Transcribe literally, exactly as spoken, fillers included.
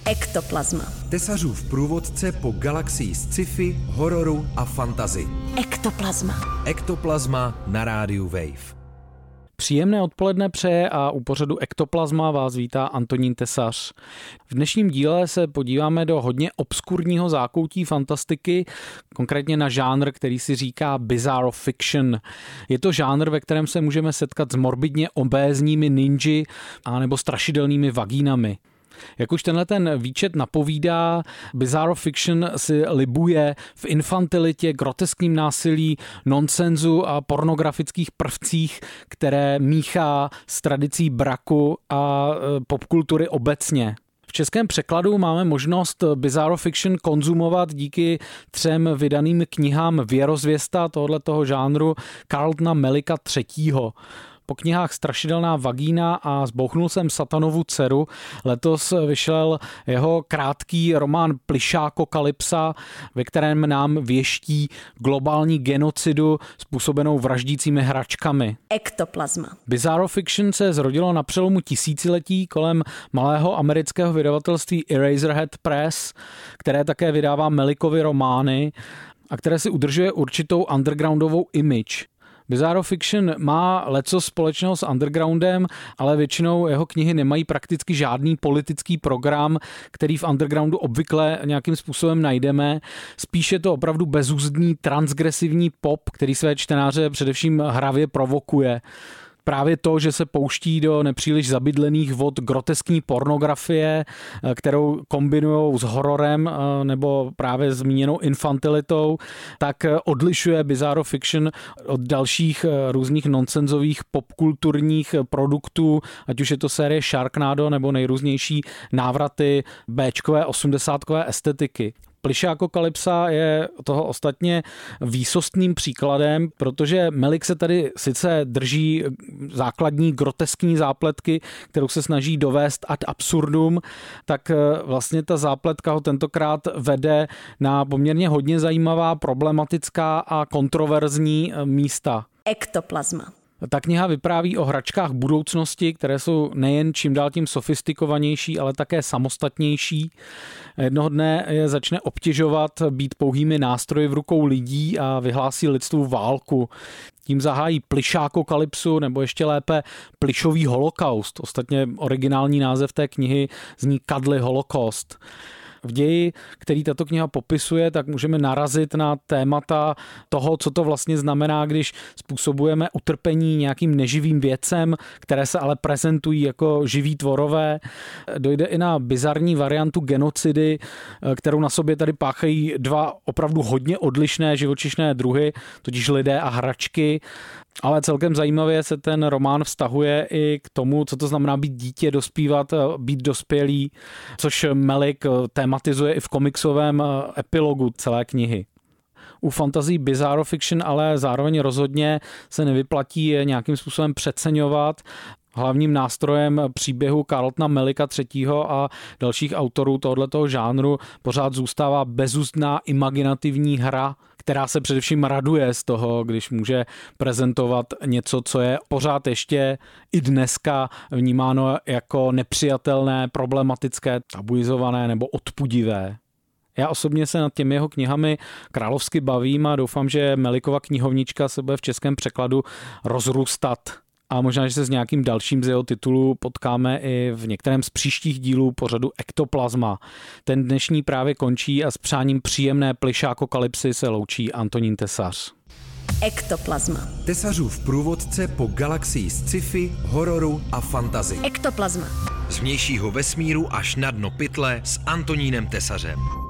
Ektoplazma. Tesařův průvodce po galaxii sci-fi, hororu a fantasy. Ektoplazma. Ektoplazma na rádiu Wave. Příjemné odpoledne přeje a u pořadu Ektoplazma vás vítá Antonín Tesař. V dnešním díle se podíváme do hodně obskurního zákoutí fantastiky, konkrétně na žánr, který si říká bizarro fiction. Je to žánr, ve kterém se můžeme setkat s morbidně obézními ninji a nebo strašidelnými vagínami. Jak už tenhle ten výčet napovídá, bizarro fiction si libuje v infantilitě, groteskním násilí, nonsenzu a pornografických prvcích, které míchá s tradicí braku a popkultury obecně. V českém překladu máme možnost bizarro fiction konzumovat díky třem vydaným knihám věrozvěsta tohoto žánru Carltona Melika třetího. Po knihách Strašidelná vagína a Zbouchnul jsem satanovu dceru letos vyšel jeho krátký román Plišákokalypsa, ve kterém nám věští globální genocidu způsobenou vraždícími hračkami. Ektoplazma. Bizarro fiction se zrodilo na přelomu tisíciletí kolem malého amerického vydavatelství Eraserhead Press, které také vydává Melikovy romány a které si udržuje určitou undergroundovou image. Bizarro fiction má leco společného s undergroundem, ale většinou jeho knihy nemají prakticky žádný politický program, který v undergroundu obvykle nějakým způsobem najdeme. Spíš je to opravdu bezúzdný transgresivní pop, který své čtenáře především hravě provokuje. Právě to, že se pouští do nepříliš zabydlených vod groteskní pornografie, kterou kombinujou s hororem nebo právě zmíněnou infantilitou, tak odlišuje bizarro fiction od dalších různých nonsenzových popkulturních produktů, ať už je to série Sharknado nebo nejrůznější návraty béčkové osmdesátkové estetiky. Plišákokalypsa je toho ostatně výsostným příkladem, protože Melik se tady sice drží základní groteskní zápletky, kterou se snaží dovést ad absurdum, tak vlastně ta zápletka ho tentokrát vede na poměrně hodně zajímavá, problematická a kontroverzní místa. Ektoplazma. Ta kniha vypráví o hračkách budoucnosti, které jsou nejen čím dál tím sofistikovanější, ale také samostatnější. Jednoho dne je začne obtěžovat být pouhými nástroji v rukou lidí a vyhlásí lidstvu válku. Tím zahájí Plišákokalypsu, nebo ještě lépe Plišový holokaust. Ostatně originální název té knihy zní Cuddly Holocaust. V ději, který tato kniha popisuje, tak můžeme narazit na témata toho, co to vlastně znamená, když způsobujeme utrpení nějakým neživým věcem, které se ale prezentují jako živí tvorové. Dojde i na bizarní variantu genocidy, kterou na sobě tady páchají dva opravdu hodně odlišné živočišné druhy, totiž lidé a hračky. Ale celkem zajímavě se ten román vztahuje i k tomu, co to znamená být dítě, dospívat, být dospělý, což Melik tematizuje i v komiksovém epilogu celé knihy. U fantazí bizarro fiction ale zároveň rozhodně se nevyplatí nějakým způsobem přeceňovat. Hlavním nástrojem příběhu Carltona Melika třetího a dalších autorů tohoto žánru pořád zůstává bezúzdná imaginativní hra, která se především raduje z toho, když může prezentovat něco, co je pořád ještě i dneska vnímáno jako nepřijatelné, problematické, tabuizované nebo odpudivé. Já osobně se nad těmi jeho knihami královsky bavím a doufám, že Melikova knihovnička se bude v českém překladu rozrůstat. A možná, že se s nějakým dalším z jeho titulů potkáme i v některém z příštích dílů pořadu Ektoplazma. Ten dnešní právě končí a s přáním příjemné Plišákokalypsy se loučí Antonín Tesař. Ektoplazma. Tesařův průvodce po galaxii sci-fi, hororu a fantasy. Ektoplazma. Z vnějšího vesmíru až na dno pytle s Antonínem Tesařem.